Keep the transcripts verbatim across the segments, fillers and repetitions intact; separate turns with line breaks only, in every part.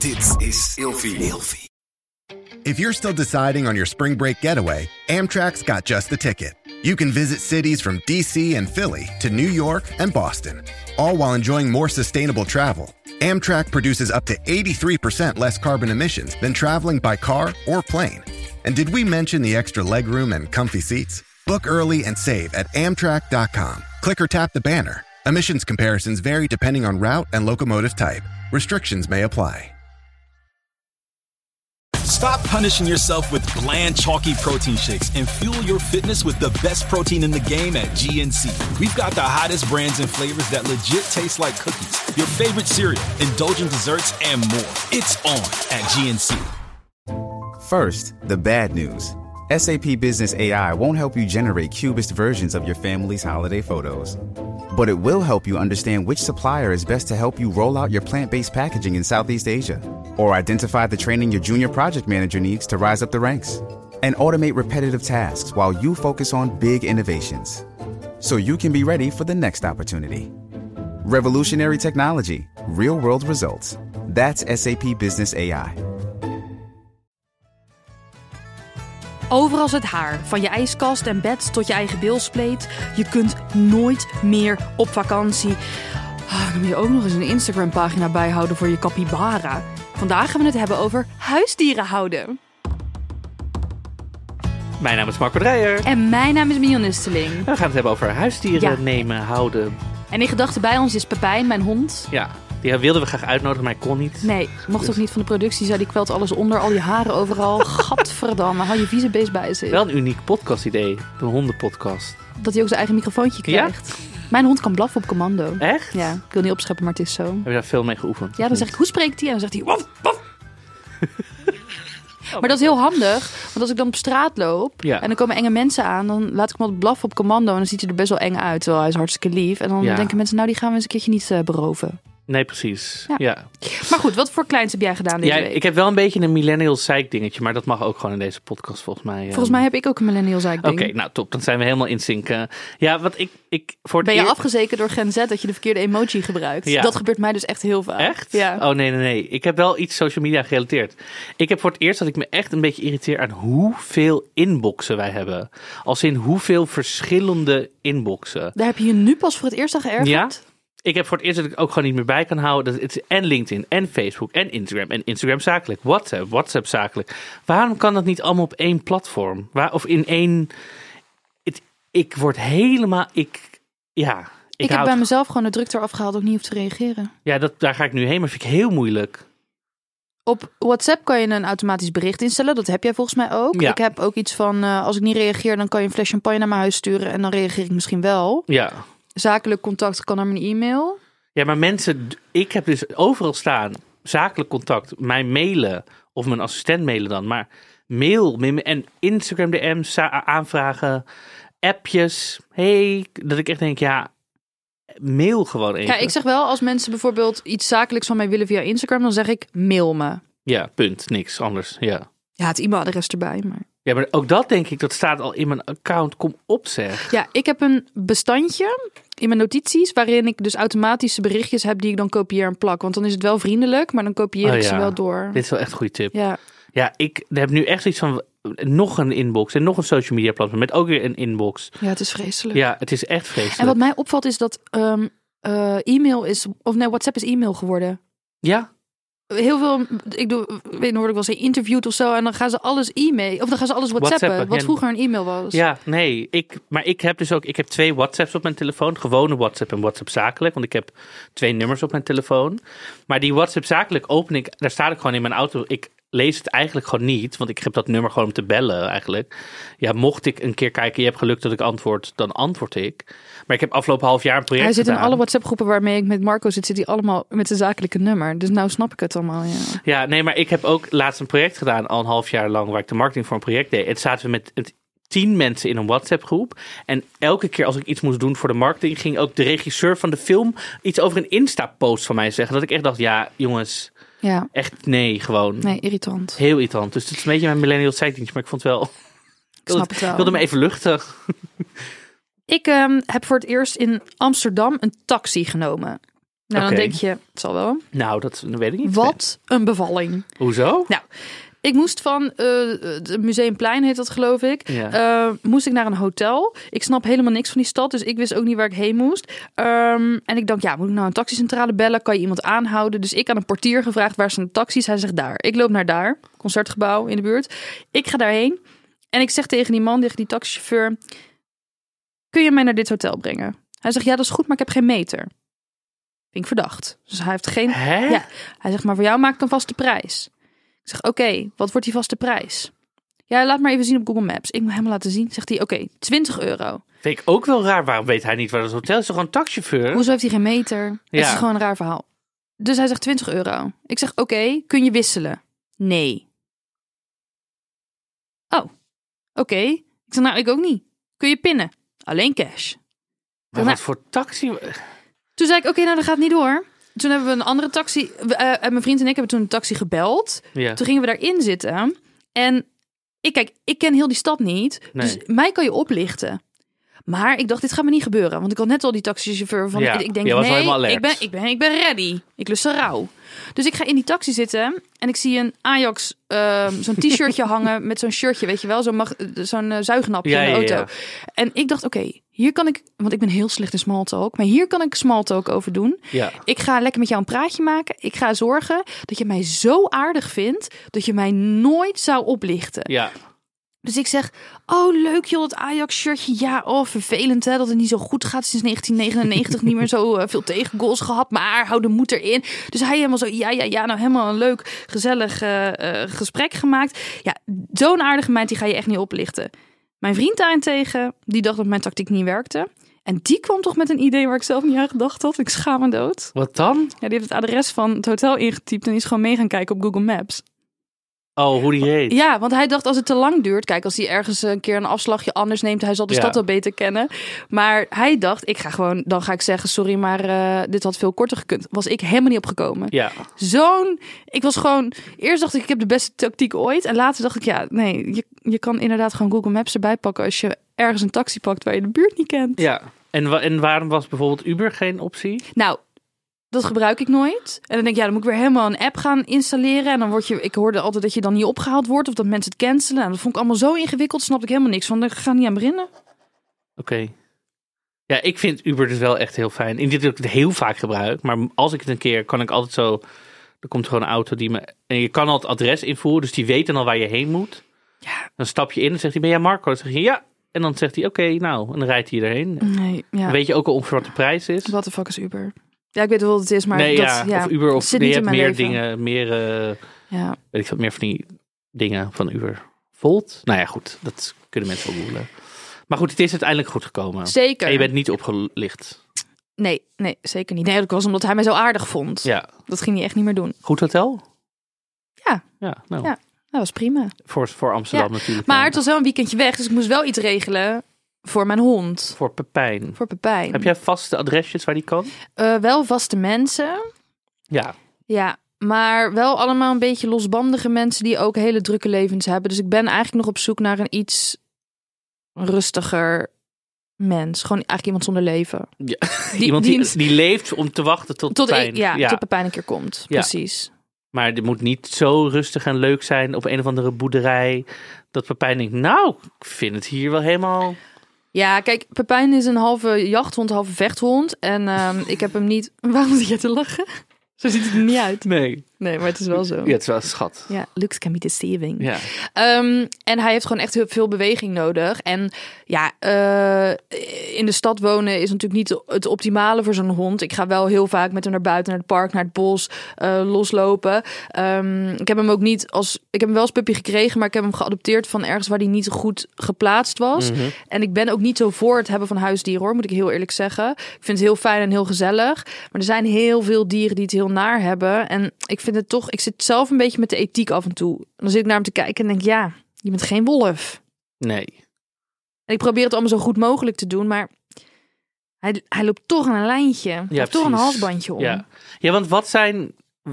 Dit is Ilfie. Ilfie.
If you're still deciding on your spring break getaway, Amtrak's got just the ticket. You can visit cities from D C and Philly to New York and Boston, all while enjoying more sustainable travel. Amtrak produces up to eighty-three percent less carbon emissions than traveling by car or plane. And did we mention the extra legroom and comfy seats? Book early and save at Amtrak dot com. Click or tap the banner. Emissions comparisons vary depending on route and locomotive type. Restrictions may apply.
Stop punishing yourself with bland, chalky protein shakes and fuel your fitness with the best protein in the game at G N C. We've got the hottest brands and flavors that legit taste like cookies, your favorite cereal, indulgent desserts, and more. It's on at G N C.
First, the bad news. S A P Business A I won't help you generate cubist versions of your family's holiday photos. But it will help you understand which supplier is best to help you roll out your plant-based packaging in Southeast Asia, or identify the training your junior project manager needs to rise up the ranks, and automate repetitive tasks while you focus on big innovations, so you can be ready for the next opportunity. Revolutionary technology, real-world results. That's S A P Business A I.
Overal zit haar, van je ijskast en bed tot je eigen bilspleet. Je kunt nooit meer op vakantie. Oh, dan moet je ook nog eens een Instagram-pagina bijhouden voor je capybara. Vandaag gaan we het hebben over huisdieren houden.
Mijn naam is Marco Dreyer.
En mijn naam is Mion Nusteling.
We gaan het hebben over huisdieren
Ja.
nemen, houden.
En in gedachten bij ons is Pepijn, mijn hond.
Ja, die wilden we graag uitnodigen, maar ik kon niet.
Nee, mocht
Dus-
ook niet van de productie. Zei die kwelt alles onder, al je haren overal. Gadverdamme, hou je vieze beest bij zich.
Wel een uniek podcast-idee, een hondenpodcast.
Dat hij ook zijn eigen microfoontje krijgt. Mijn hond kan blaffen op commando.
Echt?
Ja, ik wil niet opscheppen, maar het is zo.
Heb je daar veel mee geoefend?
Ja, dan zeg ik, hoe spreekt hij? En dan zegt hij, waf, waf. Maar dat is heel handig, want als ik dan op straat loop
Ja.
en er komen enge mensen aan, dan laat ik hem wat blaffen op commando en dan ziet hij er best wel eng uit, terwijl hij is hartstikke lief. En dan
Ja.
denken mensen, nou die gaan we eens een keertje niet uh, beroven.
Nee, precies.
Ja.
Ja.
Maar goed, wat voor kleins heb jij gedaan deze
Ja,
week?
ik heb wel een beetje een millennial zeik dingetje, maar dat mag ook gewoon in deze podcast volgens mij.
Volgens mij heb ik ook een millennial zeik
Oké,
ding.
nou top, dan zijn we helemaal in sync. Uh, ja, wat ik, ik voor het
Ben je
eer-
afgezekerd door Gen Z dat je de verkeerde emoji gebruikt?
Ja.
Dat gebeurt mij dus echt heel vaak.
Echt?
Ja.
Oh nee, nee, nee. Ik heb wel iets social media gerelateerd. Ik heb voor het eerst dat ik me echt een beetje irriteer aan hoeveel inboxen wij hebben. Als in hoeveel verschillende inboxen.
Daar heb je je nu pas voor het eerst aan geërgerd?
Ja. Ik heb voor het eerst dat ik ook gewoon niet meer bij kan houden. Dat het is en LinkedIn, en Facebook, en Instagram. En Instagram zakelijk. WhatsApp, WhatsApp zakelijk. Waarom kan dat niet allemaal op één platform? Waar, of in één... Het, ik word helemaal... Ik, ja, ik,
Ik, heb
houd-
bij mezelf gewoon de druk eraf gehaald ook niet hoef te reageren.
Ja, dat, daar ga ik nu heen. Maar vind ik heel moeilijk.
Op WhatsApp kan je een automatisch bericht instellen. Dat heb jij volgens mij ook.
Ja.
Ik heb ook iets van, uh, als ik niet reageer, dan kan je een fles champagne naar mijn huis sturen. En dan reageer ik misschien wel.
Ja.
Zakelijk contact kan naar mijn e-mail.
Ja, maar mensen... Ik heb dus overal staan... Zakelijk contact. Mij mailen. Of mijn assistent mailen dan. Maar mail. En Instagram D M's aanvragen. Appjes. Hey. Dat ik echt denk, ja... Mail gewoon even.
Ja, ik zeg wel, als mensen bijvoorbeeld iets zakelijks van mij willen via Instagram, dan zeg ik mail me.
Ja, punt. Niks anders. Ja.
Ja, het e-mailadres erbij, maar...
Ja, maar ook dat denk ik, dat staat al in mijn account. Kom op zeg.
Ja, ik heb een bestandje in mijn notities waarin ik dus automatische berichtjes heb die ik dan kopieer en plak. Want dan is het wel vriendelijk, maar dan kopieer
Oh
ik
ja.
ze wel door.
Dit is wel echt een goede tip.
Ja.
Ja, ik heb nu echt iets van nog een inbox en nog een social media platform met ook weer een inbox.
ja, het is vreselijk.
Ja, het is echt vreselijk.
En wat mij opvalt is dat um, uh, e-mail is, of nee, WhatsApp is e-mail geworden.
Ja,
Heel veel, ik doe, weet niet, word ik wel eens interviewd of zo en dan gaan ze alles e-mail, of dan gaan ze alles WhatsAppen,
WhatsAppen,
wat
ja.
vroeger een e-mail was.
ja, nee. Ik, maar ik heb dus ook, ik heb twee WhatsApps op mijn telefoon. Gewone WhatsApp en WhatsApp zakelijk. Want ik heb twee nummers op mijn telefoon. Maar die WhatsApp zakelijk open ik, daar staat ik gewoon in mijn auto. Ik lees het eigenlijk gewoon niet. Want ik heb dat nummer gewoon om te bellen eigenlijk. Ja, mocht ik een keer kijken, je hebt geluk dat ik antwoord, dan antwoord ik. Maar ik heb afgelopen half jaar een project
Hij zit in
gedaan.
alle WhatsApp groepen waarmee ik met Marco zit, zit hij allemaal met zijn zakelijke nummer. Dus nou snap ik het allemaal, ja.
Ja, nee, maar ik heb ook laatst een project gedaan, al een half jaar lang, waar ik de marketing voor een project deed. En zaten we met het tien mensen in een WhatsApp groep. En elke keer als ik iets moest doen voor de marketing, ging ook de regisseur van de film iets over een Insta-post van mij zeggen. Dat ik echt dacht, ja, jongens,
Ja,
echt nee, gewoon.
nee, irritant.
Heel irritant. Dus het is een beetje mijn millennial zijdienst, maar ik vond het wel...
Ik snap het wel.
Ik wilde me even luchten.
Ik um, heb voor het eerst in Amsterdam een taxi genomen. Nou,
Oké.
dan denk je, het zal wel.
Nou, dat weet ik niet.
Wat een bevalling.
Hoezo?
Nou, ik moest van uh, het Museumplein, heet dat geloof ik,
Ja.
uh, moest ik naar een hotel. Ik snap helemaal niks van die stad, dus ik wist ook niet waar ik heen moest. Um, en ik dacht, ja, moet ik nou een taxicentrale bellen? Kan je iemand aanhouden? Dus ik aan een portier gevraagd, waar zijn de taxis? Hij zegt daar. Ik loop naar daar, concertgebouw in de buurt. Ik ga daarheen en ik zeg tegen die man, tegen die taxichauffeur, kun je mij naar dit hotel brengen? Hij zegt, ja, dat is goed, maar ik heb geen meter. Vind ik verdacht. Dus hij heeft geen...
Hè?
Ja, hij zegt, maar voor jou maak ik een vaste prijs. Ik zeg, oké, okay, wat wordt die vaste prijs? Ja, laat maar even zien op Google Maps. Ik moet hem laten zien. Zegt hij, oké, okay, twintig euro.
Vind ik ook wel raar. Waarom weet hij niet waar het hotel is? Is toch gewoon een taxichauffeur?
Hoezo heeft hij geen meter?
Ja.
Het is gewoon een raar verhaal. Dus hij zegt twintig euro. Ik zeg, oké, okay, kun je wisselen? Nee. Oh, oké. Okay. Ik zeg, nou, ik ook niet. Kun je pinnen? Alleen cash.
Maar
nou,
wat voor taxi?
Toen zei ik, oké, okay, nou, dat gaat niet door. Toen hebben we een andere taxi... Uh, mijn vriend en ik hebben toen een taxi gebeld.
Ja.
Toen gingen we daarin zitten. En ik, kijk, ik ken heel die stad niet.
Nee.
Dus mij kan je oplichten. Maar ik dacht, dit gaat me niet gebeuren. Want ik had net al die taxichauffeur van...
Ja.
Ik denk,
was
nee,
alert.
ik ben, ik, ben, ik ben ready. Ik lust een rouw. Dus ik ga in die taxi zitten. En ik zie een Ajax, uh, zo'n t-shirtje hangen met zo'n shirtje, weet je wel. Zo'n, mag, zo'n uh, zuignapje
ja,
in de auto.
Ja, ja.
En ik dacht, oké, okay, hier kan ik... Want ik ben heel slecht in smalltalk. Maar hier kan ik smalltalk over doen.
Ja.
Ik ga lekker met jou een praatje maken. Ik ga zorgen dat je mij zo aardig vindt dat je mij nooit zou oplichten.
Ja.
Dus ik zeg, oh leuk joh, dat Ajax-shirtje. Ja, oh vervelend hè, dat het niet zo goed gaat sinds negentien negenennegentig. Niet meer zo uh, veel tegengoals gehad, maar hou de moed erin. Dus hij helemaal zo, ja, ja, ja, nou helemaal een leuk, gezellig uh, uh, gesprek gemaakt. Ja, zo'n aardige meid, die ga je echt niet oplichten. Mijn vriend daarentegen, die dacht dat mijn tactiek niet werkte. En die kwam toch met een idee waar ik zelf niet aan gedacht had. Ik schaam me dood.
Wat dan?
Ja, die heeft het adres van het hotel ingetypt en die is gewoon mee gaan kijken op Google Maps.
Oh, hoe die heet.
Ja, want hij dacht als het te lang duurt... Kijk, als hij ergens een keer een afslagje anders neemt... hij zal de
ja.
stad wel beter kennen. Maar hij dacht, ik ga gewoon... dan ga ik zeggen, sorry, maar uh, dit had veel korter gekund. Was ik helemaal niet opgekomen.
Ja.
Zo'n... Ik was gewoon... Eerst dacht ik, ik heb de beste tactiek ooit. En later dacht ik, ja, nee... Je, je kan inderdaad gewoon Google Maps erbij pakken... als je ergens een taxi pakt waar je de buurt niet kent.
Ja. En, wa- en waarom was bijvoorbeeld Uber geen optie?
Nou... Dat gebruik ik nooit. En dan denk ik, ja, dan moet ik weer helemaal een app gaan installeren. En dan word je, ik hoorde altijd dat je dan niet opgehaald wordt of dat mensen het cancelen. Nou, dat vond ik allemaal zo ingewikkeld, snapte ik helemaal niks van. Ik ga niet aan beginnen.
Oké. Okay. Ja, ik vind Uber dus wel echt heel fijn. Ik denk dat ik het heel vaak gebruik. Maar als ik het een keer, kan ik altijd zo... Er komt gewoon een auto die me... En je kan al het adres invoeren, dus die weet dan al waar je heen moet.
Ja.
Dan stap je in en zegt hij, ben jij Marco? Dan zeg je ja. En dan zegt hij, oké, okay, nou. En dan rijdt hij erheen.
Nee, ja.
Dan weet je ook al ongeveer wat de prijs is.
What the fuck is Uber? Ja, ik weet wel wat het is, maar
nee,
dat,
ja,
ja,
of Uber of
zit
nee,
niet
je
in
hebt
mijn
meer
leven.
dingen, meer, uh,
ja.
weet ik wat meer van die dingen van Uber. Volt? Nou ja, goed, dat kunnen mensen wel googlen. Maar goed, het is uiteindelijk goed gekomen.
Zeker.
En je bent niet opgelicht.
Nee, nee, zeker niet. Nee, dat was omdat hij mij zo aardig vond.
Ja.
Dat ging hij echt niet meer doen.
Goed hotel?
Ja.
Ja, nou.
Ja, dat was prima.
Voor, voor Amsterdam
ja.
natuurlijk.
Maar
ja.
het was wel een weekendje weg, dus ik moest wel iets regelen voor mijn hond.
Voor Pepijn.
Voor Pepijn.
Heb jij vaste adresjes waar die kan?
Uh, wel vaste mensen.
Ja.
Ja, maar wel allemaal een beetje losbandige mensen die ook hele drukke levens hebben. Dus ik ben eigenlijk nog op zoek naar een iets rustiger mens. Gewoon eigenlijk iemand zonder leven.
Ja.
Die,
iemand die,
die,
die leeft om te wachten tot,
tot
Pepijn.
Ik, ja,
ja,
tot Pepijn een keer komt.
Ja.
Precies.
Maar het moet niet zo rustig en leuk zijn op een of andere boerderij. Dat Pepijn denkt, nou, ik vind het hier wel helemaal...
Ja, kijk, Pepijn is een halve jachthond, halve vechthond. En um, ik heb hem niet... Waarom zit je te lachen? Zo ziet het er niet uit.
Nee.
Nee, maar het is wel zo.
Ja, het is wel een schat.
Ja, looks can be deceiving.
Ja.
Um, en hij heeft gewoon echt heel veel beweging nodig. En ja, uh, in de stad wonen is natuurlijk niet het optimale voor zo'n hond. Ik ga wel heel vaak met hem naar buiten, naar het park, naar het bos, uh, loslopen. Um, ik heb hem ook niet als... Ik heb hem wel als puppy gekregen, maar ik heb hem geadopteerd van ergens waar hij niet goed geplaatst was. Mm-hmm. En ik ben ook niet zo voor het hebben van huisdieren, hoor, moet ik heel eerlijk zeggen. Ik vind het heel fijn en heel gezellig. Maar er zijn heel veel dieren die het heel naar hebben. En ik vind het toch... Ik zit zelf een beetje met de ethiek af en toe. Dan zit ik naar hem te kijken en denk, ja, je bent geen wolf.
Nee.
En ik probeer het allemaal zo goed mogelijk te doen, maar hij, hij loopt toch aan een lijntje. Hij
Ja,
heeft toch een halsbandje om.
Ja. ja, want wat zijn...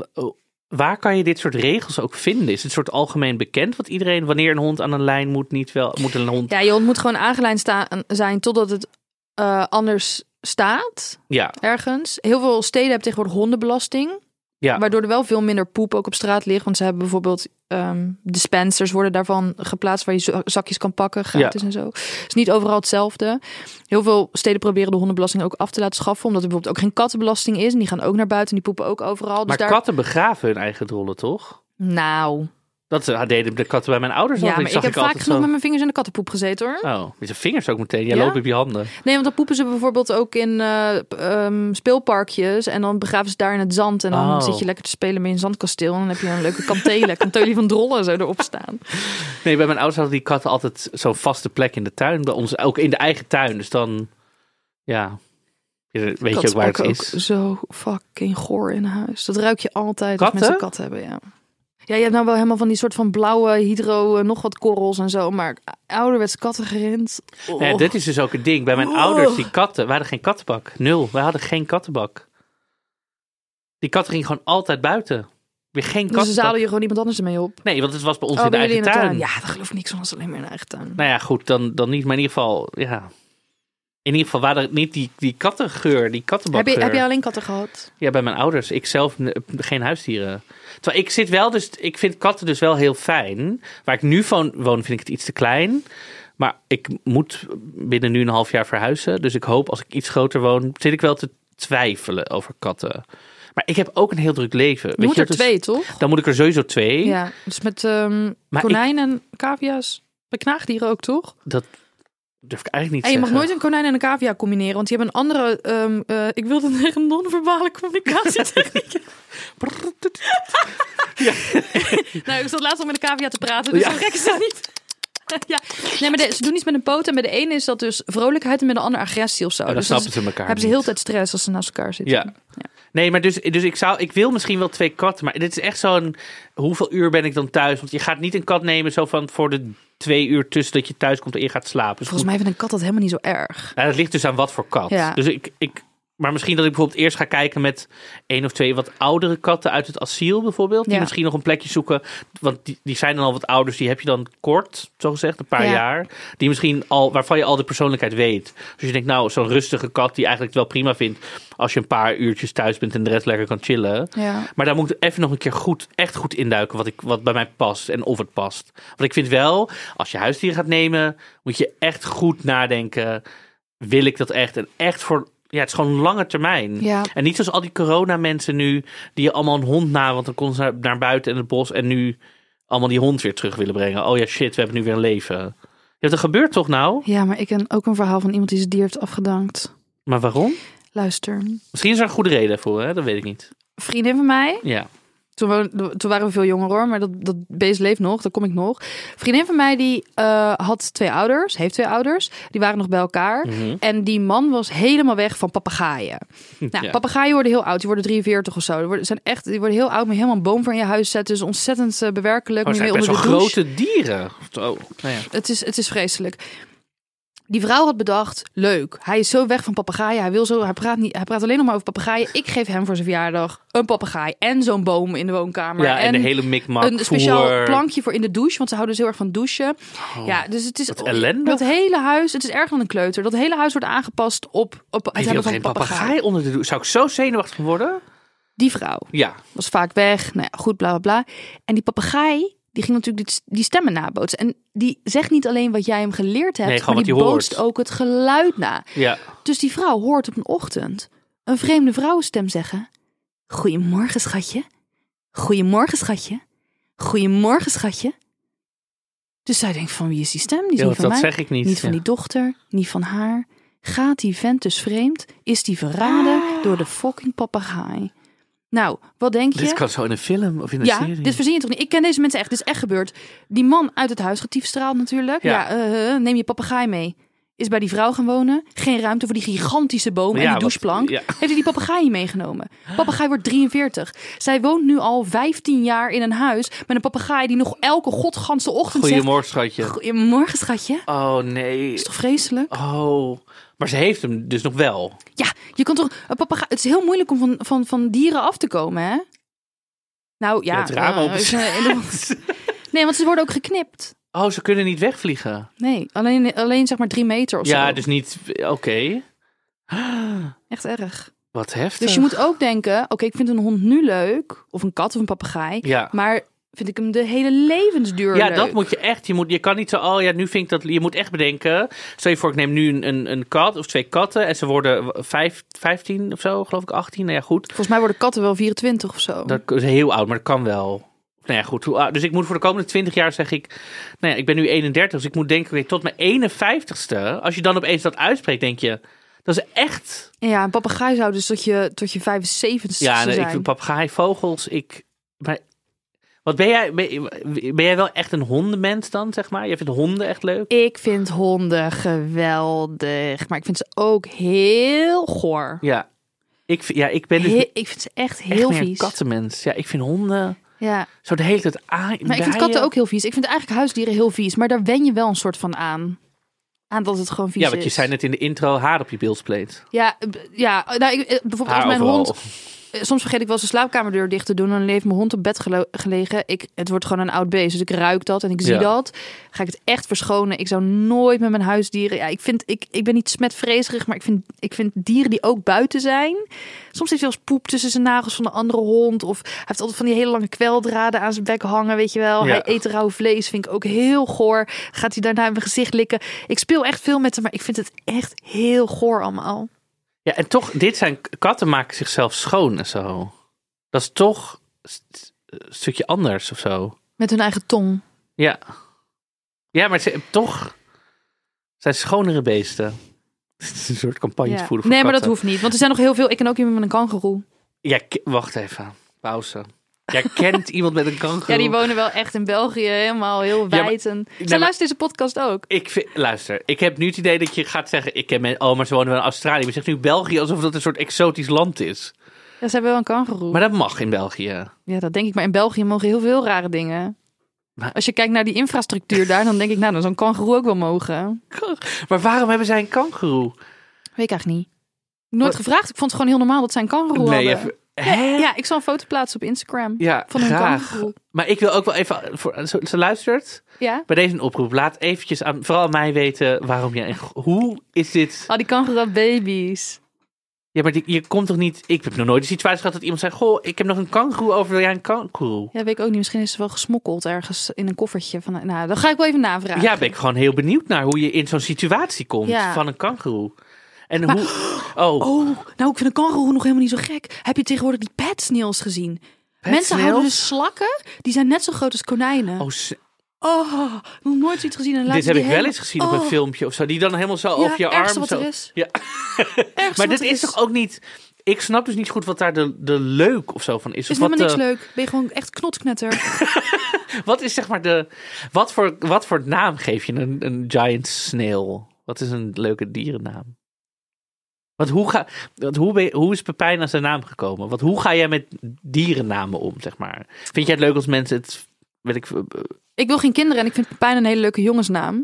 Waar kan je dit soort regels ook vinden? Is het soort algemeen bekend wat iedereen... Wanneer een hond aan een lijn moet, niet wel... Moet een hond...
Ja, je hond moet gewoon aangelijnd staan, zijn totdat het uh, anders staat
Ja.
ergens. Heel veel steden hebben tegenwoordig hondenbelasting.
Ja.
Waardoor er wel veel minder poep ook op straat ligt. Want ze hebben bijvoorbeeld um, dispensers worden daarvan geplaatst waar je zo- zakjes kan pakken, gratis
Ja.
en zo. Het is niet overal hetzelfde. Heel veel steden proberen de hondenbelasting ook af te laten schaffen. Omdat er bijvoorbeeld ook geen kattenbelasting is. En die gaan ook naar buiten en die poepen ook overal. Dus
Maar
daar...
katten begraven hun eigen drollen, toch?
Nou,
Dat uh, deden de katten bij mijn ouders
ja,
altijd.
maar
Zag
ik heb vaak
altijd
genoeg
zo.
met mijn vingers in de kattenpoep gezeten hoor.
Oh, met zijn vingers ook meteen. Jij
Ja?
loopt op je handen.
Nee, want dan poepen ze bijvoorbeeld ook in uh, um, speelparkjes. En dan begraven ze daar in het zand. En dan
Oh.
zit je lekker te spelen met een zandkasteel. En dan heb je een leuke kantelen. kantelen van drollen zo erop staan.
Nee, bij mijn ouders hadden die katten altijd zo'n vaste plek in de tuin. Bij ons ook in de eigen tuin. Dus dan, ja, weet je ook waar het
Katten
is.
ook zo fucking goor in huis. Dat ruik je altijd
Katten?
als mensen katten hebben, ja. Ja, je hebt nou wel helemaal van die soort van blauwe hydro, uh, nog wat korrels en zo. Maar ouderwets kattengerint. Oh.
Nou ja, dit is dus ook het ding. Bij mijn
Oh.
ouders, die katten, we hadden geen kattenbak. Nul. Wij hadden geen kattenbak. Die katten gingen gewoon altijd buiten. Weer geen
Dus dan
kattenbak.
zadel je gewoon iemand anders ermee op.
Nee, want het was bij ons
Oh,
in de
bij
eigen
jullie in
tuin.
de tuin. Ja, daar geloof ik niks van als het alleen maar in de eigen tuin.
Nou ja, goed, dan, dan niet. Maar in ieder geval, ja. In ieder geval waren het niet die, die kattengeur, die kattenbakgeur.
Heb je, heb je alleen katten gehad?
Ja, bij mijn ouders. Ik zelf n- geen huisdieren. Terwijl ik zit wel dus, ik vind katten dus wel heel fijn. Waar ik nu van woon vind ik het iets te klein. Maar ik moet binnen nu een half jaar verhuizen. Dus ik hoop als ik iets groter woon, zit ik wel te twijfelen over katten. Maar ik heb ook een heel druk leven.
Je
Weet
moet
je,
er
dus-
twee, toch?
Dan moet ik er sowieso twee.
Ja, dus met um,
Maar
konijnen en cavia's. Bij knaagdieren ook, toch?
Dat durf ik eigenlijk
En
niet
je
te
mag
zeggen.
nooit een konijn en een cavia combineren. Want die hebben een andere... Um, uh, ik wilde zeggen non-verbale communicatietechniek. Nou, ik zat laatst al met een cavia te praten. Dus
Ja.
zo gek is dat niet. Ja, nee, maar de- ze doen iets met een poot. En bij de ene is dat dus vrolijkheid en bij de ander agressie of zo.
Oh, dan
dus
snappen
dus
ze elkaar
hebben ze
niet.
heel de tijd stress als ze naast elkaar zitten.
Ja. Nee, maar dus, dus ik zou, ik wil misschien wel twee katten. Maar dit is echt zo'n, hoeveel uur ben ik dan thuis? Want je gaat niet een kat nemen zo van voor de twee uur tussen dat je thuis komt en je gaat slapen. Dus
Volgens mij vindt een kat dat helemaal niet zo erg.
Ja, dat ligt dus aan wat voor kat.
Ja.
Dus ik, ik, maar misschien dat ik bijvoorbeeld eerst ga kijken met één of twee wat oudere katten uit het asiel bijvoorbeeld. Die
Ja.
misschien nog een plekje zoeken. Want die, die zijn dan al wat ouders. Die heb je dan kort, zo gezegd, een paar
Ja.
jaar. Die misschien al, waarvan je al de persoonlijkheid weet. Dus je denkt, nou, zo'n rustige kat die eigenlijk het wel prima vindt als je een paar uurtjes thuis bent en de rest lekker kan chillen.
Ja.
Maar daar moet ik even nog een keer goed, echt goed induiken wat, ik, wat bij mij past en of het past. Want ik vind wel, als je huisdieren gaat nemen, moet je echt goed nadenken. Wil ik dat echt? En echt voor, ja, het is gewoon lange termijn.
Ja.
En niet zoals al die corona-mensen nu, die je allemaal een hond na, want dan konden ze naar, naar buiten in het bos en nu allemaal die hond weer terug willen brengen. Oh ja, shit, we hebben nu weer een leven. Ja, dat gebeurt toch nou?
Ja, maar ik ken ook een verhaal van iemand die zijn dier heeft afgedankt.
Maar waarom?
Luister.
Misschien is er een goede reden voor, hè? Dat weet ik niet.
Een vriendin van mij,
Ja.
Toen, we, toen waren we veel jonger hoor, maar dat, dat beest leeft nog, daar kom ik nog. Een vriendin van mij die uh, had twee ouders, heeft twee ouders. Die waren nog bij elkaar.
Mhm.
En die man was helemaal weg van papegaaien. Nou,
Ja.
papegaaien worden heel oud, die worden drieënveertig of zo. Die worden, zijn echt, die worden heel oud, maar helemaal een boom voor in je huis zetten. Dus ontzettend uh, bewerkelijk.
Oh,
Moet
zijn
je
best
mee
wel
onder de douche.
grote dieren. Oh, nou ja.
Het is, het is vreselijk. Die vrouw had bedacht, leuk. Hij is zo weg van papegaaien. Hij wil zo, hij praat niet, hij praat alleen nog maar over papegaaien. Ik geef hem voor zijn verjaardag een papegaai en zo'n boom in de woonkamer.
Ja, en, de hele mikmak.
een speciaal
voer.
plankje voor in de douche, want ze houden dus heel erg van douchen.
Oh,
ja, dus het is
wat ellendig.
dat hele huis. Het is erger dan een kleuter. Dat hele huis wordt aangepast op op het
Heeft
hebben
hij
van
ook geen
papegaai.
papegaai onder de douche? Zou ik zo zenuwachtig van worden?
Die vrouw
Ja.
was vaak weg. Nou ja, goed, bla bla bla. En die papegaai, die ging natuurlijk die, die stemmen nabootsen. En die zegt niet alleen wat jij hem geleerd hebt,
Nee, gewoon
maar die
wat hij
bootst
hoort.
ook het geluid na.
Ja.
Dus die vrouw hoort op een ochtend een vreemde vrouwenstem zeggen: Goedemorgen, schatje. Goedemorgen, schatje. Goedemorgen, schatje. Dus zij denkt: van wie is die stem? Die is
Ja,
niet van
dat
mij.
zeg ik niet.
Niet van
Ja.
die dochter, niet van haar. Gaat die vent dus vreemd? Is die verraden door de fucking papegaai? Nou, wat denk je?
Dit kan zo in een film of in een
Ja,
serie.
dit verzin je toch niet? Ik ken deze mensen echt. Dit is echt gebeurd. Die man uit het huis getiefstraald natuurlijk.
Ja.
Ja, eh, neem je papegaai mee. Is bij die vrouw gaan wonen. Geen ruimte voor die gigantische boom en
Ja,
die
wat-
doucheplank.
ja.
Heeft hij die papegaai meegenomen. Papegaai wordt drieënveertig. Zij woont nu al vijftien jaar in een huis met een papegaai die nog elke godganse ochtend
Goedemorgen, schatje.
zegt: Goedemorgen, schatje.
Oh, nee.
Is toch vreselijk?
Oh. Maar ze heeft hem dus nog wel.
Ja, je kan toch een papegaai. Het is heel moeilijk om van, van, van dieren af te komen, hè? Nou ja.
Ja, het raam
eh,
open.
is, eh, in de- Nee, want ze worden ook geknipt.
Oh, ze kunnen niet wegvliegen.
Nee, alleen, alleen zeg maar drie meter of zo.
Ja, dus niet... Oké.
Echt erg.
Wat heftig.
Dus je moet ook denken, oké, okay, ik vind een hond nu leuk. Of een kat of een papegaai.
Ja.
Maar vind ik hem de hele levensduur
Ja,
leuk.
dat moet je echt. Je, moet, je kan niet zo, oh ja, nu vind ik dat... Je moet echt bedenken. Stel je voor, ik neem nu een, een, een kat of twee katten. En ze worden vijf, vijftien of zo, geloof ik, achttien. Nou ja, goed.
Volgens mij worden katten wel vierentwintig of zo.
Dat is heel oud, maar dat kan wel. Nou ja, goed. Dus ik moet voor de komende twintig jaar, zeg ik... Nou ja, ik ben nu eenendertig, dus ik moet denken... Okay, tot mijn eenenvijftigste, als je dan opeens dat uitspreekt, denk je... Dat is echt...
Ja, een papegaai zou dus tot je, tot je vijfenzeventigste
ja,
zijn.
Ja, ik vind papegaai, vogels, ik... Maar, wat ben jij... Ben, ben jij wel echt een hondenmens dan, zeg maar? Je vindt honden echt leuk?
Ik vind honden geweldig, maar ik vind ze ook heel goor.
Ja, ik, ja, ik ben dus...
He, ik vind ze echt heel
echt meer
vies.
een kattenmens. Ja, ik vind honden...
Ja.
Zo de hele tijd aan.
Maar ik vind katten ook heel vies. Ik vind eigenlijk huisdieren heel vies. Maar daar wen je wel een soort van aan. Aan dat het gewoon vies is.
Ja, want je zei net in de intro haar op je bilspleet.
Ja, ja nou, ik, bijvoorbeeld
haar
als mijn
overal.
hond... Soms vergeet ik wel eens de slaapkamerdeur dicht te doen. En dan heeft mijn hond op bed gelo- gelegen. Ik, het wordt gewoon een oud beest. Dus ik ruik dat en ik zie
Ja.
dat. Ga ik het echt verschonen. Ik zou nooit met mijn huisdieren... Ja, ik, vind, ik, ik ben niet smetvrezerig. Maar ik vind, ik vind dieren die ook buiten zijn. Soms heeft hij wel eens poep tussen zijn nagels van de andere hond. Of hij heeft altijd van die hele lange kweldraden aan zijn bek hangen. Weet je wel.
Ja.
Hij eet rauw vlees. Vind ik ook heel goor. Gaat hij daarna in mijn gezicht likken. Ik speel echt veel met hem. Maar ik vind het echt heel goor allemaal.
Ja, en toch, dit zijn... Katten maken zichzelf schoon en zo. Dat is toch een stukje anders of zo.
Met hun eigen tong.
Ja. Ja, maar ze, toch zijn schonere beesten. Het is een soort campagne
Ja.
voeren voor
Nee, maar dat
katten.
hoeft niet. Want er zijn nog heel veel. Ik ken ook iemand met een kangoeroe.
Ja, k- wacht even. Pauze. Jij kent iemand met een kangoeroe.
Ja, die wonen wel echt in België. Helemaal heel
Ja, maar-
wijd. En... Zij
maar-
luistert deze podcast ook.
Ik vind, luister, ik heb nu het idee dat je gaat zeggen... Ik ken mijn, oh, maar ze wonen wel in Australië. Maar je zegt nu België alsof dat een soort exotisch land is.
Ja, ze hebben wel een kangoeroe.
Maar dat mag in België.
Ja, dat denk ik. Maar in België mogen heel veel rare dingen.
Maar-
Als je kijkt naar die infrastructuur daar, dan denk ik, nou, dan zou een kangoeroe ook wel mogen.
Maar waarom hebben zij een kangoeroe?
Weet ik eigenlijk niet. Nooit
Wat?
gevraagd. Ik vond het gewoon heel normaal dat zij een kangoeroe
Nee,
hadden.
even, hè?
Ja, ja, ik zal een foto plaatsen op Instagram.
Ja,
van hun
graag.
kangoeroe.
Maar ik wil ook wel even, voor, ze, ze luistert,
Ja?
bij deze een oproep. Laat eventjes aan, vooral aan mij weten waarom jij, hoe is dit?
Oh, die kangoeroe baby's.
Ja, maar die, je komt toch niet, ik heb nog nooit de situatie gehad dat iemand zei, goh, ik heb nog een kangoeroe over, wil jij een kangoeroe?
Ja, weet ik ook niet. Misschien is ze wel gesmokkeld ergens in een koffertje. Van, nou, dan ga ik wel even navragen.
Ja, ben ik gewoon heel benieuwd naar hoe je in zo'n situatie komt
Ja.
van een kangoeroe. En
Maar-
hoe, oh,
Oh, nou, ik vind een kangoeroe nog helemaal niet zo gek. Heb je tegenwoordig die pet snails gezien? Mensen
snails?
houden dus slakken, die zijn net zo groot als konijnen.
oh s-
Oh, nog nooit iets gezien. En laten
dit
ze
heb
die
ik wel
hele-
eens gezien op een
Oh.
filmpje of zo, die dan helemaal zo over je
ergste
arm
wat
zo.
er is.
Ja.
Ergste
Maar
wat
dit
er
is toch ook niet, ik snap dus niet goed wat daar de, de leuk of zo van is.
Is
Of wat
helemaal niks
de-
leuk. Ben je gewoon echt knotsknetter.
Wat is zeg maar de. Wat voor, wat voor naam geef je een, een giant snail? Wat is een leuke dierennaam? Want hoe, ga, want hoe, ben je- hoe is Pepijn aan zijn naam gekomen? Want hoe ga jij met dierennamen om, zeg maar? Vind jij het leuk als mensen het. Weet ik,
Ik wil geen kinderen en ik vind Pepijn een hele leuke jongensnaam.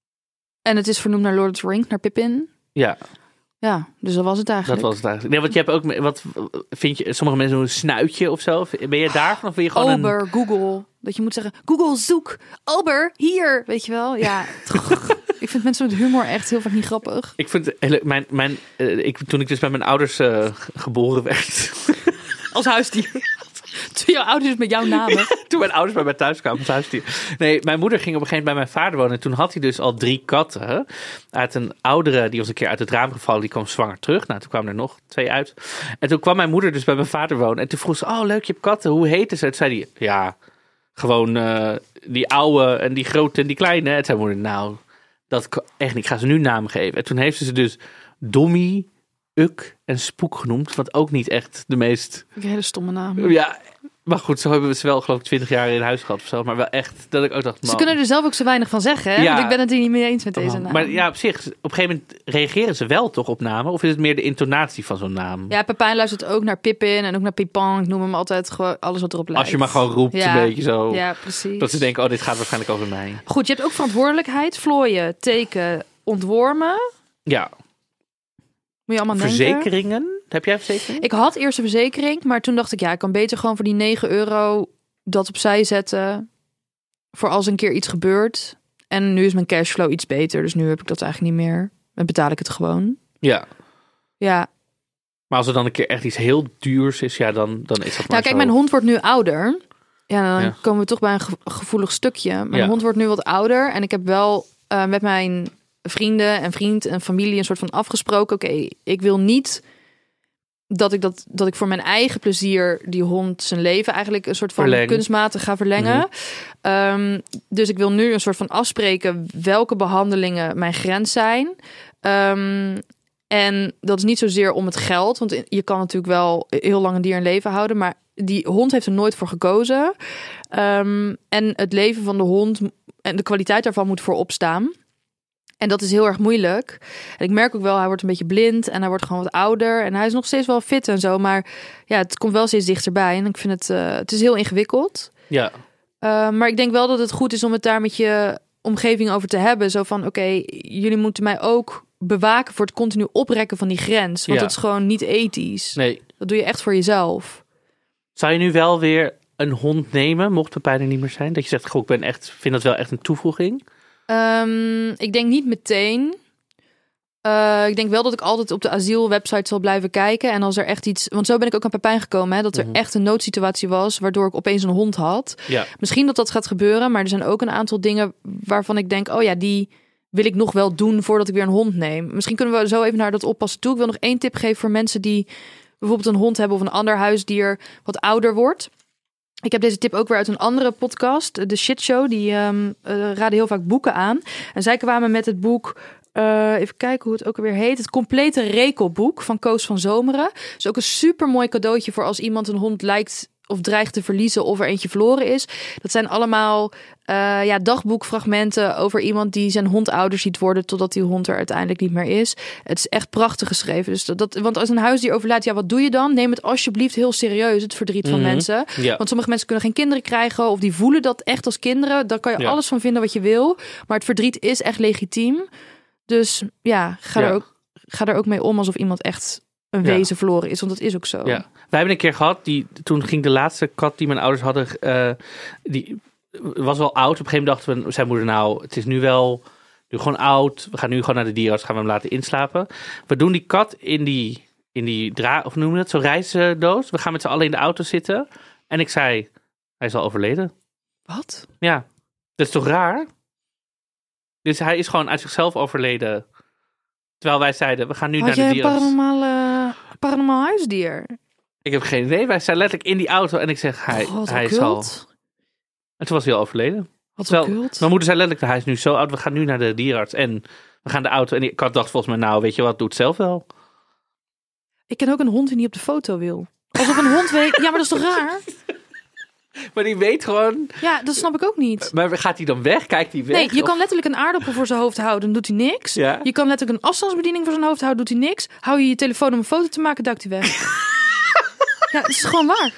En het is vernoemd naar Lord of the Rings, naar Pippin.
ja,
Ja, dus dat was het
dat
eigenlijk.
was het eigenlijk. Nee, want je hebt ook. me- Wat vind je? Sommige mensen een snuitje of zo. Ben je daarvan of wil je gewoon een.
Ober, Google. Dat je moet zeggen, Google, zoek. Ober, hier. Weet je wel? Ja. Ik vind mensen met humor echt heel vaak niet grappig.
Ik vind het hele- mijn, mijn, eh, ik, toen ik dus bij mijn ouders eh, geboren werd.
Als huisdier. Toen jouw ouders met jouw namen.
Toen mijn ouders bij mij thuis kwamen als huisdier. Nee, mijn moeder ging op een gegeven moment bij mijn vader wonen. En toen had hij dus al drie katten. Uit een oudere, die was een keer uit het raam gevallen. Die kwam zwanger terug. Nou, toen kwamen er nog twee uit. En toen kwam mijn moeder dus bij mijn vader wonen. En toen vroeg ze, oh leuk, je hebt katten. Hoe heten ze? En toen zei hij, ja, gewoon eh, die oude en die grote en die kleine. En toen zei mijn moeder, nou, dat kan echt niet. Ik ga ze nu namen geven. En toen heeft ze ze dus Dommy, Uk en Spook genoemd. Wat ook niet echt de meest...
Een hele stomme naam.
Ja, maar goed, zo hebben we ze wel geloof ik twintig jaar in huis gehad of zo. Maar wel echt, dat ik ook dacht,
Ze
man.
kunnen er zelf ook zo weinig van zeggen. Hè?
Ja.
Want ik ben het hier niet mee eens met deze naam.
Maar ja, op zich, op een gegeven moment reageren ze wel toch op namen? Of is het meer de intonatie van zo'n naam?
Ja, Pepijn luistert ook naar Pippin en ook naar Pipin. Ik noem hem altijd gewoon alles wat erop lijkt.
Als je maar gewoon roept,
Ja.
een beetje zo.
Ja, precies.
Dat ze denken, oh, dit gaat waarschijnlijk over mij.
Goed, je hebt ook verantwoordelijkheid. Vlooien, teken, ontwormen.
Ja,
Moet je allemaal denken.
verzekeringen. Heb jij verzekering?
Ik had eerst een verzekering, maar toen dacht ik, ja, ik kan beter gewoon voor die negen euro dat opzij zetten. Voor als een keer iets gebeurt. En nu is mijn cashflow iets beter, dus nu heb ik dat eigenlijk niet meer. Dan betaal ik het gewoon.
Ja.
Ja.
Maar als er dan een keer echt iets heel duurs is, ja, dan, dan is dat maar
Nou, kijk,
zo.
mijn hond wordt nu ouder. Ja, dan
Ja.
komen we toch bij een ge- gevoelig stukje. Mijn
Ja.
hond wordt nu wat ouder. En ik heb wel uh, met mijn vrienden en vriend en familie een soort van afgesproken. Oké, okay, ik wil niet dat ik, dat, dat ik voor mijn eigen plezier die hond zijn leven eigenlijk een soort van
Verleng.
kunstmatig ga verlengen. Mm-hmm. Um, dus ik wil nu een soort van afspreken welke behandelingen mijn grens zijn. Um, en dat is niet zozeer om het geld, want je kan natuurlijk wel heel lang een dier in leven houden, maar die hond heeft er nooit voor gekozen. Um, en het leven van de hond en de kwaliteit daarvan moet voorop staan. En dat is heel erg moeilijk. En ik merk ook wel, hij wordt een beetje blind en hij wordt gewoon wat ouder. En hij is nog steeds wel fit en zo, maar ja, het komt wel steeds dichterbij. En ik vind het, uh, het is heel ingewikkeld.
Ja.
Uh, maar ik denk wel dat het goed is om het daar met je omgeving over te hebben. Zo van, oké, okay, jullie moeten mij ook bewaken voor het continu oprekken van die grens. Want
ja.
dat is gewoon niet ethisch.
Nee.
Dat doe je echt voor jezelf.
Zou je nu wel weer een hond nemen, mocht Pepijn er niet meer zijn? Dat je zegt, goh, ik ben echt, vind dat wel echt een toevoeging?
Um, ik denk niet meteen. Uh, ik denk wel dat ik altijd op de asielwebsite zal blijven kijken. En als er echt iets... Want zo ben ik ook aan Pepijn gekomen. Hè, dat er mm-hmm. echt een noodsituatie was, waardoor ik opeens een hond had.
Ja.
Misschien dat dat gaat gebeuren. Maar er zijn ook een aantal dingen waarvan ik denk, oh ja, die wil ik nog wel doen voordat ik weer een hond neem. Misschien kunnen we zo even naar dat oppassen toe. Ik wil nog één tip geven voor mensen die bijvoorbeeld een hond hebben of een ander huisdier wat ouder wordt. Ik heb deze tip ook weer uit een andere podcast, de Shit Show. Die um, uh, raden heel vaak boeken aan. En zij kwamen met het boek, uh, even kijken hoe het ook alweer heet, het complete rekelboek van Koos van Zomeren. Dus ook een super mooi cadeautje voor als iemand een hond lijkt of dreigt te verliezen of er eentje verloren is. Dat zijn allemaal uh, ja, dagboekfragmenten over iemand die zijn hond ouder ziet worden totdat die hond er uiteindelijk niet meer is. Het is echt prachtig geschreven. Dus dat, want als een huisdier overlijdt, ja, wat doe je dan? Neem het alsjeblieft heel serieus, het verdriet van mm-hmm. mensen.
Ja.
Want sommige mensen kunnen geen kinderen krijgen of die voelen dat echt als kinderen. Daar kan je ja. alles van vinden wat je wil. Maar het verdriet is echt legitiem. Dus ja, ga, ja. Er, ook, ga er ook mee om alsof iemand echt een ja. wezen verloren is. Want dat is ook zo.
Ja. Wij hebben een keer gehad, die, toen ging de laatste kat die mijn ouders hadden, uh, die was wel oud. Op een gegeven moment dachten we, zijn moeder, nou, het is nu wel nu gewoon oud. We gaan nu gewoon naar de dierenarts, gaan we hem laten inslapen. We doen die kat in die, in die dra, of noemen we het, zo'n reisdoos. We gaan met z'n allen in de auto zitten. En ik zei, hij is al overleden.
Wat?
Ja, dat is toch raar? Dus hij is gewoon uit zichzelf overleden. Terwijl wij zeiden, we gaan nu
Had
naar de dierenarts.
Had jij een paranormaal, paranormaal huisdier?
Ik heb geen idee. Wij zijn letterlijk in die auto en ik zeg, hij,
oh,
hij is al... En toen was hij al overleden.
Wat
Terwijl,
kult.
mijn moeder zei letterlijk, hij is nu zo oud, we gaan nu naar de dierenarts. En we gaan de auto... En ik had dacht volgens mij, nou, weet je wat, doe het zelf wel.
Ik ken ook een hond die niet op de foto wil. Alsof een hond weet... Ja, maar dat is toch raar?
Maar die weet gewoon...
Ja, dat snap ik ook niet.
Maar gaat hij dan weg? Kijkt hij weg?
Nee, je
of...
kan letterlijk een aardappel voor zijn hoofd houden, dan doet hij niks.
Ja?
Je kan letterlijk een afstandsbediening voor zijn hoofd houden, doet hij niks. Hou je je telefoon om een foto te maken, duikt hij weg. Ja, het is gewoon waar.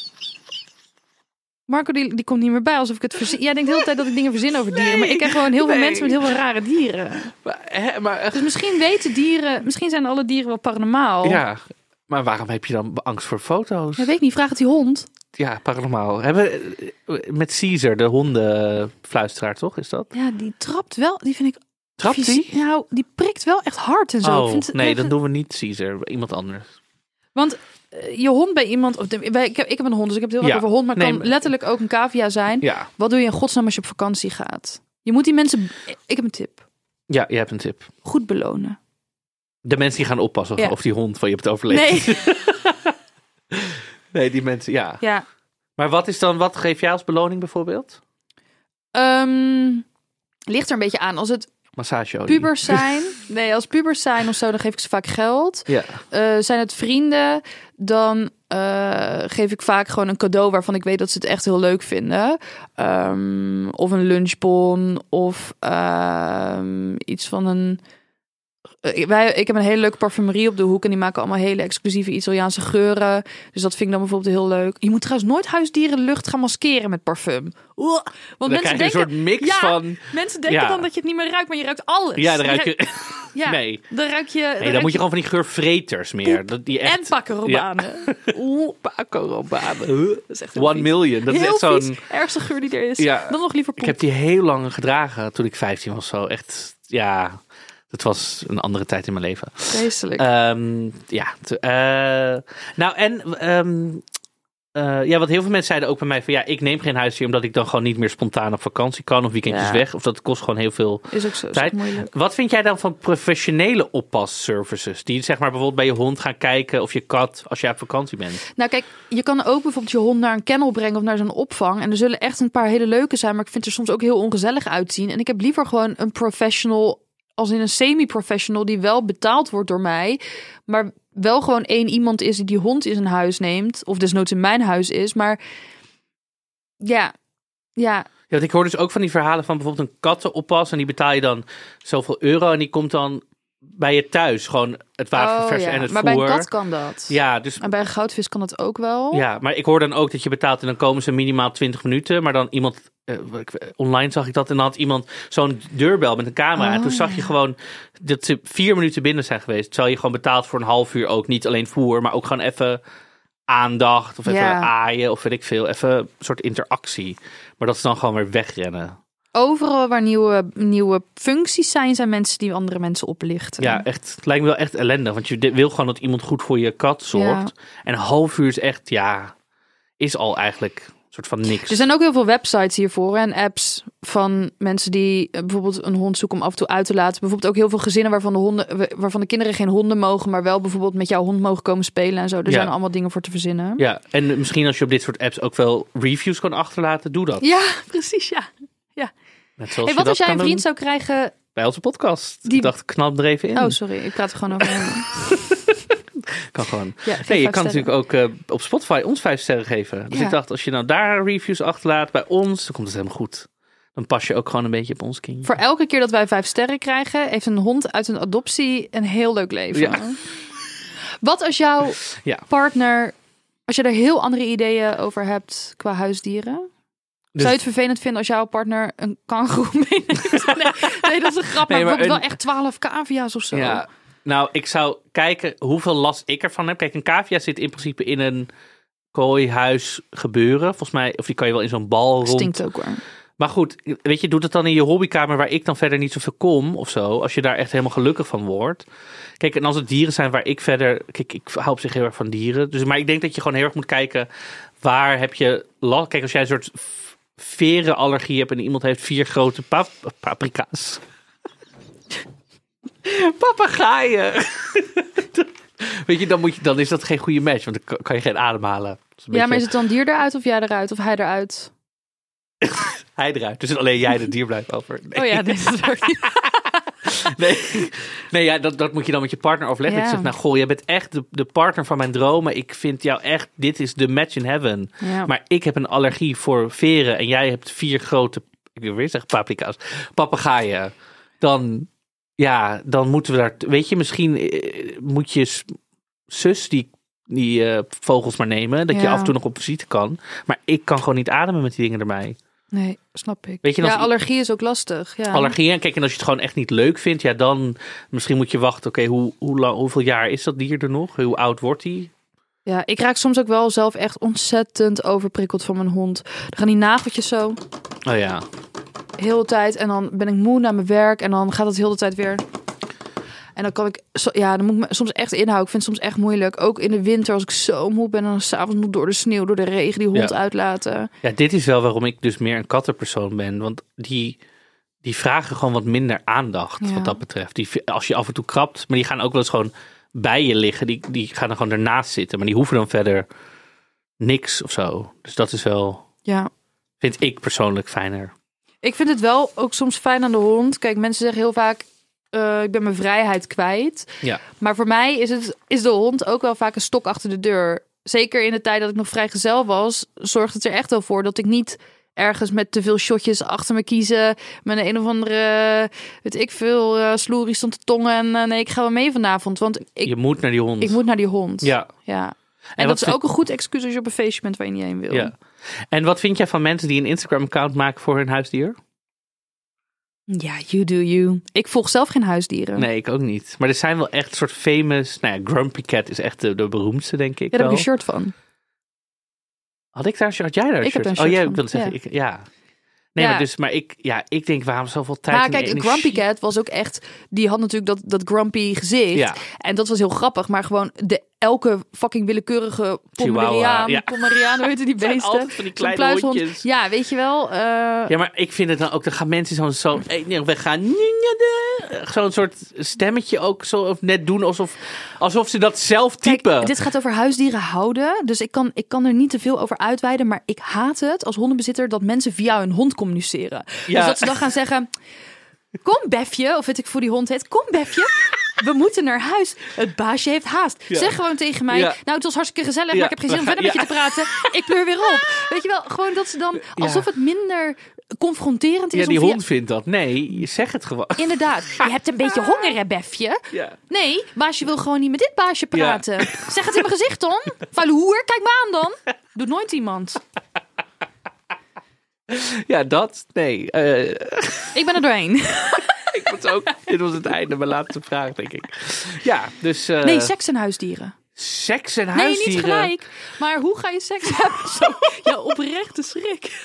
Marco, die, die komt niet meer bij, alsof ik het verzin. Jij denkt de hele tijd dat ik dingen verzin over dieren. Nee, maar ik ken gewoon heel nee. veel mensen met heel veel rare dieren.
Maar, hè, maar,
dus misschien weten dieren... Misschien zijn alle dieren wel paranormaal.
Ja, maar waarom heb je dan angst voor foto's?
Ja, weet ik niet. Vraag het die hond.
Ja, paranormaal. Hebben met Caesar, de hondenfluisteraar, toch? Is dat?
Ja, die trapt wel. Die vind ik...
Trapt die?
Nou, die prikt wel echt hard en zo.
Oh,
ik vind het,
nee,
ja,
dan doen we niet Caesar. Iemand anders.
Want uh, je hond bij iemand... Of de, ik, heb, ik heb een hond, dus ik heb het heel
ja.
erg over hond. Maar het
nee,
kan
maar...
letterlijk ook een cavia zijn.
Ja.
Wat doe je in godsnaam als je op vakantie gaat? Je moet die mensen... Ik heb een tip.
Ja, je hebt een tip.
Goed belonen.
De mensen die gaan oppassen
ja.
of die hond van je hebt overleefd.
Nee.
Nee, die mensen, ja.
Ja.
Maar wat is dan, wat geef jij als beloning bijvoorbeeld?
Um, ligt er een beetje aan. Als het
massageolie.
Pubers zijn. Nee, als pubers zijn of zo, dan geef ik ze vaak geld.
Ja.
Uh, zijn het vrienden, dan uh, geef ik vaak gewoon een cadeau waarvan ik weet dat ze het echt heel leuk vinden. Um, of een lunchbon of um, iets van een... Wij, ik heb een hele leuke parfumerie op de hoek en die maken allemaal hele exclusieve Italiaanse geuren. Dus dat vind ik dan bijvoorbeeld heel leuk. Je moet trouwens nooit huisdierenlucht gaan maskeren met parfum. Oeh, want
dan
mensen
krijg je
denken,
een soort mix
ja,
van...
Mensen denken
ja.
dan dat je het niet meer ruikt, maar je ruikt alles.
Ja, dan ruik je...
je ja,
nee.
Dan ruik je... Dan,
nee, dan
ruik
moet je gewoon van die geurvreters meer. Dat die echt...
En Paco Rabanne.
Ja. Oeh, Paco Rabanne.
Dat is echt
One
vies.
million. Dat
heel
is echt zo'n...
vies. Ergste geur die er is.
Ja.
Dan nog liever poep.
Ik heb die heel lang gedragen toen ik vijftien was zo. Echt, ja... Het was een andere tijd in mijn leven.
Vreselijk.
Um, ja. T- uh, nou, en... Um, Uh, ja, want heel veel mensen zeiden ook bij mij van ja, ik neem geen huisdier omdat ik dan gewoon niet meer spontaan op vakantie kan of weekendjes
ja.
weg. Of dat kost gewoon heel veel
is ook zo,
tijd.
Is ook moeilijk.
Wat vind jij dan van professionele oppasservices? Die zeg maar bijvoorbeeld bij je hond gaan kijken of je kat als je op vakantie bent.
Nou kijk, je kan ook bijvoorbeeld je hond naar een kennel brengen of naar zo'n opvang. En er zullen echt een paar hele leuke zijn, maar ik vind er soms ook heel ongezellig uitzien. En ik heb liever gewoon een professional, als in een semi-professional die wel betaald wordt door mij, maar wel gewoon één iemand is die die hond in zijn huis neemt. Of desnoods in mijn huis is. Maar ja, ja.
Ja, want ik hoor dus ook van die verhalen van bijvoorbeeld een kattenoppas. En die betaal je dan zoveel euro. En die komt dan bij je thuis. Gewoon het water verversen
oh, ja.
en het
maar
voer.
Maar bij een kat kan dat.
Ja, dus...
En bij een goudvis kan dat ook wel.
Ja, maar ik hoor dan ook dat je betaalt en dan komen ze minimaal twintig minuten. Maar dan iemand... Uh, online zag ik dat en dan had iemand zo'n deurbel met een camera.
Oh,
en toen zag
ja.
je gewoon dat ze vier minuten binnen zijn geweest. Terwijl je gewoon betaalt voor een half uur ook. Niet alleen voer, maar ook gewoon even aandacht. Of even
ja.
aaien of weet ik veel. Even een soort interactie. Maar dat is dan gewoon weer wegrennen.
Overal waar nieuwe, nieuwe functies zijn, zijn mensen die andere mensen oplichten.
Ja, echt. Het lijkt me wel echt ellendig. Want je wil gewoon dat iemand goed voor je kat zorgt. Ja. En een half uur is echt, ja, is al eigenlijk... soort van niks.
Er zijn ook heel veel websites hiervoor en apps van mensen die bijvoorbeeld een hond zoeken om af en toe uit te laten. Bijvoorbeeld ook heel veel gezinnen waarvan de honden, waarvan de kinderen geen honden mogen, maar wel bijvoorbeeld met jouw hond mogen komen spelen en zo. Er ja. zijn allemaal dingen voor te verzinnen.
Ja, en misschien als je op dit soort apps ook wel reviews kan achterlaten, doe dat.
Ja, precies, ja. ja.
Net
hey, wat als jij een vriend zou krijgen
bij onze podcast?
Die...
Ik dacht, knap er even in.
Oh, sorry, ik praat er gewoon over.
Kan gewoon.
Ja,
nee, je kan
sterren.
natuurlijk ook uh, op Spotify ons vijf sterren geven. Dus
ja.
ik dacht, als je nou daar reviews achterlaat bij ons, dan komt het helemaal goed. Dan pas je ook gewoon een beetje op ons kindje.
Voor elke keer dat wij vijf sterren krijgen, heeft een hond uit een adoptie een heel leuk leven.
Ja.
Wat als jouw
ja.
partner, als je er heel andere ideeën over hebt qua huisdieren? Dus... Zou je het vervelend vinden als jouw partner een kangoeroe meeneemt? Nee, nee, dat is een grap. Nee, maar bijvoorbeeld een... wel echt twaalf cavia's of zo.
Ja. Nou, ik zou kijken hoeveel last ik ervan heb. Kijk, een cavia zit in principe in een kooihuis gebeuren. Volgens mij, of die kan je wel in zo'n bal rond.
Stinkt ook hoor.
Maar goed, weet je, doe het dan in je hobbykamer waar ik dan verder niet zoveel kom of zo. Als je daar echt helemaal gelukkig van wordt. Kijk, en als het dieren zijn waar ik verder... Kijk, ik hou op zich heel erg van dieren. Dus, maar ik denk dat je gewoon heel erg moet kijken, waar heb je last... Kijk, als jij een soort verenallergie hebt en iemand heeft vier grote pap- paprika's... Papagaaien. Weet je, dan, moet je, dan is dat geen goede match, want dan kan je geen ademhalen. Ja,
beetje... maar is het dan dier eruit of jij eruit of hij eruit?
Hij eruit, dus alleen jij de dier blijft over. Nee.
Oh ja, dit is het.
nee, nee ja, dat, dat moet je dan met je partner overleggen. Ja. Ik zeg, nou goh, jij bent echt de, de partner van mijn dromen. Ik vind jou echt, dit is de match in heaven. Ja. Maar ik heb een allergie voor veren en jij hebt vier grote, ik wil weer zeggen paprika's, papegaaien. Dan... Ja, dan moeten we daar... Weet je, misschien uh, moet je zus die, die uh, vogels maar nemen. Dat ja. je af en toe nog op visite kan. Maar ik kan gewoon niet ademen met die dingen erbij.
Nee, snap ik.
Weet je,
ja, allergie is ook lastig. Ja.
Allergie, en kijk, en als je het gewoon echt niet leuk vindt... Ja, dan misschien moet je wachten. Oké, okay, hoe, hoe lang, hoeveel jaar is dat dier er nog? Hoe oud wordt die?
Ja, ik raak soms ook wel zelf echt ontzettend overprikkeld van mijn hond. Dan gaan die nageltjes zo...
Oh ja...
Heel de tijd en dan ben ik moe naar mijn werk en dan gaat het heel de tijd weer. En dan kan ik, ja, dan moet ik me soms echt inhouden. Ik vind het soms echt moeilijk. Ook in de winter als ik zo moe ben en dan s'avonds moet door de sneeuw, door de regen die hond ja. uitlaten.
Ja, dit is wel waarom ik dus meer een kattenpersoon ben. Want die, die vragen gewoon wat minder aandacht ja. wat dat betreft. Die, als je af en toe krabt, maar die gaan ook wel eens gewoon bij je liggen. Die, die gaan er gewoon ernaast zitten, maar die hoeven dan verder niks of zo. Dus dat is wel,
ja.
vind ik persoonlijk fijner.
Ik vind het wel ook soms fijn aan de hond. Kijk, mensen zeggen heel vaak, uh, ik ben mijn vrijheid kwijt.
Ja.
Maar voor mij is, het, is de hond ook wel vaak een stok achter de deur. Zeker in de tijd dat ik nog vrijgezel was, zorgt het er echt wel voor dat ik niet ergens met te veel shotjes achter me kiezen. Met een, een of andere, weet ik veel, uh, sloerie stond te tongen. En uh, nee, ik ga wel mee vanavond. Want ik,
je moet naar die hond.
Ik moet naar die hond.
Ja.
ja. En,
en
dat is
vind...
ook een goed excuus als je op een feestje bent waar je niet heen wil.
Ja. En wat vind jij van mensen die een Instagram-account maken voor hun huisdier?
Ja, you do you. Ik volg zelf geen huisdieren.
Nee, ik ook niet. Maar er zijn wel echt soort famous... Nou ja, Grumpy Cat is echt de, de beroemdste, denk ik.
Ja, daar
wel.
heb ik een shirt van.
Had ik daar een shirt? Had jij daar een
ik
shirt?
Heb een shirt
oh, jij
van.
wilde zeggen...
Ja.
Ik, ja. Nee,
Ja.
maar, dus, maar ik, ja, ik denk, waarom zoveel tijd
Maar
en
kijk,
energie?
Grumpy Cat was ook echt... Die had natuurlijk dat, dat grumpy gezicht.
Ja.
En dat was heel grappig. Maar gewoon de, elke fucking willekeurige Pomeriaan...
Chihuahua, ja.
Pomeriaan, hoe heette die
Het zijn
beesten?
altijd van die
Zo'n
kleine
pluishond.
hondjes.
Ja, weet je wel. eh,
Ja, maar ik vind het dan ook, dan gaan mensen zo'n zo, hey, nee, we gaan zo'n soort stemmetje ook zo of net doen alsof, alsof ze dat zelf typen.
Kijk, dit gaat over huisdieren houden. Dus ik kan, ik kan er niet te veel over uitweiden. Maar ik haat het als hondenbezitter dat mensen via hun hond communiceren.
Ja.
Dus dat ze dan gaan zeggen... Kom Befje, of weet ik voor die hond heet. Kom Befje, we moeten naar huis. Het baasje heeft haast.
Ja.
Zeg gewoon tegen mij.
Ja.
Nou, het was hartstikke gezellig,
Ja,
maar ik heb geen zin om
we
verder
gaan-
met je te praten. Ik pleur weer op. Weet je wel, gewoon dat ze dan... Alsof het minder confronterend is.
Ja, die
om via-
hond vindt dat. Nee, je zeg het gewoon.
Inderdaad. Je hebt een beetje honger, hè, Befje?
Ja.
Nee, baasje wil gewoon niet met dit baasje praten. Zeg het in mijn gezicht, dan. Vuile hoer, kijk me aan dan. Doet nooit iemand.
Ja, dat. Nee. eh,
Ik ben er doorheen.
ik moet ook. Dit was het einde, mijn laatste vraag, denk ik. Ja, dus. eh,
Nee, seks en huisdieren.
seks en
Nee,
huisdieren.
niet gelijk. Maar hoe ga je seks hebben? Zo, ja, oprechte schrik.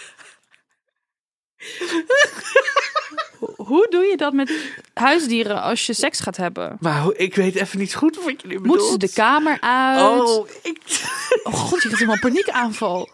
Hoe doe je dat met huisdieren als je seks gaat hebben?
Maar hoe- ik weet even niet goed wat jullie bedoelt.
Moeten ze de kamer uit?
Oh, ik.
Oh god, je gaat helemaal paniekaanval.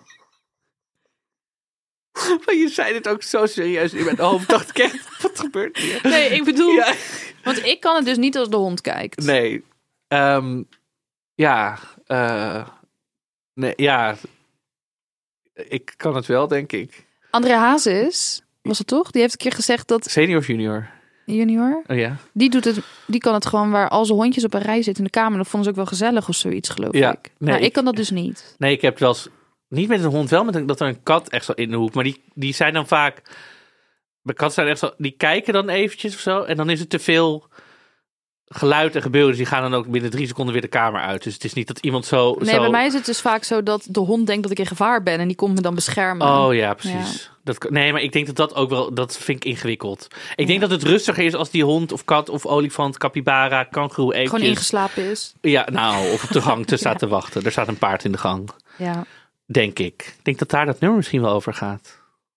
Maar je zei het ook zo serieus in mijn hoofd. Dacht ik echt, wat gebeurt hier?
Nee, ik bedoel...
Ja.
Want ik kan het dus niet als de hond kijkt.
Nee. Ehm, ja. eh, nee, ja. Ik kan het wel, denk ik.
André Hazes, was het toch? Die heeft een keer gezegd dat...
Senior of junior?
Junior?
Oh ja.
Die, doet het, die kan het gewoon waar al zijn hondjes op een rij zitten in de kamer. Dat vonden ze ook wel gezellig of zoiets, geloof
Ja,
ik.
nee,
maar ik
ik-
kan dat dus niet.
Nee, ik heb wel eens... Niet met een hond, wel met een, dat er een kat echt zo in de hoek. Maar die, die zijn dan vaak... Bij katten zijn echt zo... Die kijken dan eventjes of zo. En dan is het te veel geluid en gebeuren. Dus die gaan dan ook binnen drie seconden weer de kamer uit. Dus het is niet dat iemand zo...
Nee,
zo...
bij mij is het dus vaak zo dat de hond denkt dat ik in gevaar ben. En die komt me dan beschermen.
Oh ja, precies. Dat, nee, maar ik denk dat dat ook wel... Dat vind ik ingewikkeld. Ik denk dat het rustiger is als die hond of kat of olifant, capybara, kangoeroe eventjes...
Gewoon ingeslapen is.
Ja, nou, of op de gang te staat te wachten. Er staat een paard in de gang.
Ja.
Denk ik. Ik denk dat daar dat nummer misschien wel over gaat.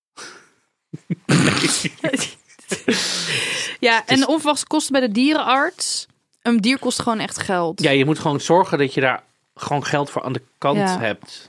Ja, en onverwachte kosten bij de dierenarts. Een dier kost gewoon echt geld.
Ja, je moet gewoon zorgen dat je daar gewoon geld voor aan de kant
Ja.
hebt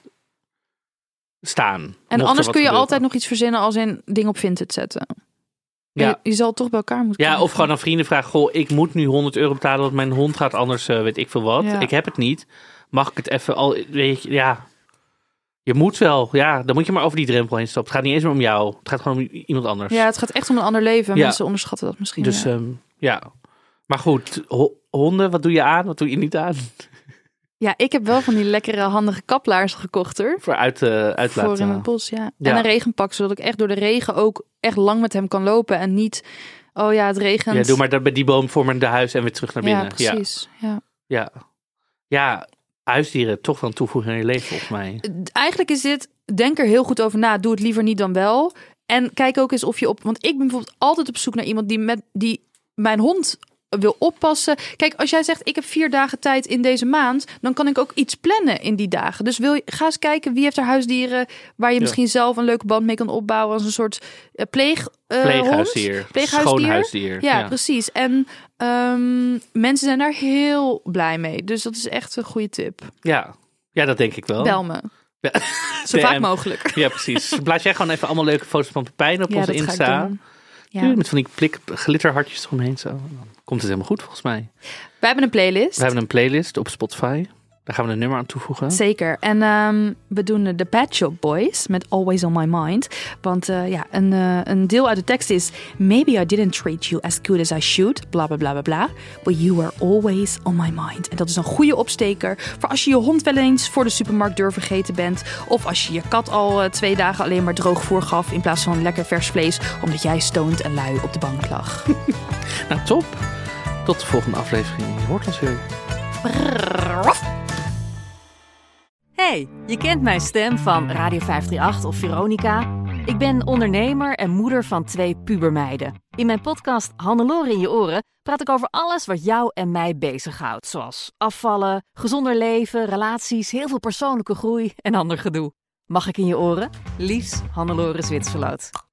staan. Mocht
en
er
anders
wat
kun je
gebeuren.
altijd nog iets verzinnen als een ding op Vinted zetten.
Ja.
Je, je zal het toch bij elkaar moeten
Ja,
krijgen.
of gewoon aan vrienden vragen. Goh, ik moet nu honderd euro betalen, want mijn hond gaat anders, uh, weet ik veel wat.
Ja.
Ik heb het niet. Mag ik het even al, weet je, ja. Je moet wel, ja. Dan moet je maar over die drempel heen stappen. Het gaat niet eens meer om jou. Het gaat gewoon om iemand anders.
Ja, het gaat echt om een ander leven.
Ja.
Mensen onderschatten dat misschien.
Dus
ja.
ja. ja. Maar goed, ho- honden, wat doe je aan? Wat doe je niet aan?
ja, ik heb wel van die lekkere handige kaplaars gekocht hoor.
Voor uit, uh, uitlaten.
Voor in het bos, ja.
Ja.
En een regenpak, zodat ik echt door de regen ook echt lang met hem kan lopen. En niet, oh ja, het regent.
Ja, doe maar dat bij die boom voor mijn huis en weer terug naar binnen.
Ja, precies. Ja.
Ja. Ja, huisdieren toch wel een toevoeging in je leven, volgens mij.
Eigenlijk is dit, denk er heel goed over na. Doe het liever niet dan wel. En kijk ook eens of je op, want ik ben bijvoorbeeld altijd op zoek naar iemand die met die mijn hond wil oppassen. Kijk, als jij zegt ik heb vier dagen tijd in deze maand, dan kan ik ook iets plannen in die dagen. Dus wil je, ga eens kijken wie heeft er huisdieren waar je
Ja.
misschien zelf een leuke band mee kan opbouwen als een soort uh, pleeg uh,
Pleeghuisdier.
hond. Pleeghuisdier.
Schoonhuisdier.
Ja,
Ja.
precies. En um, mensen zijn daar heel blij mee. Dus dat is echt een goede tip.
Ja. Ja, dat denk ik wel.
Bel me.
Ja.
Zo
D M.
vaak mogelijk.
Ja, precies. Blaas jij gewoon even allemaal leuke foto's van Pepijn op
Ja,
onze
dat ga ik
Insta.
doen. Ja.
Met van die plik, glitterhartjes eromheen zo. Dan komt het helemaal goed, volgens mij.
We hebben een playlist.
We hebben een playlist op Spotify. Daar gaan we een nummer aan toevoegen.
Zeker. En um, we doen de Pet Shop Boys met Always on My Mind. Want uh, ja, een, uh, een deel uit de tekst is... Maybe I didn't treat you as good as I should. Bla, bla, bla, bla, bla. But you were always on my mind. En dat is een goede opsteker voor als je je hond wel eens voor de supermarktdeur vergeten bent. Of als je je kat al uh, twee dagen alleen maar droog voorgaf in plaats van lekker vers vlees. Omdat jij stoned en lui op de bank lag.
Nou, top. Tot de volgende aflevering. Je hoort ons weer.
Hey, je kent mijn stem van Radio vijf drie acht of Veronica. Ik ben ondernemer en moeder van twee pubermeiden. In mijn podcast Hannelore in je oren praat ik over alles wat jou en mij bezighoudt. Zoals afvallen, gezonder leven, relaties, heel veel persoonlijke groei en ander gedoe. Mag ik in je oren? Liefs, Hannelore Zwitserloot.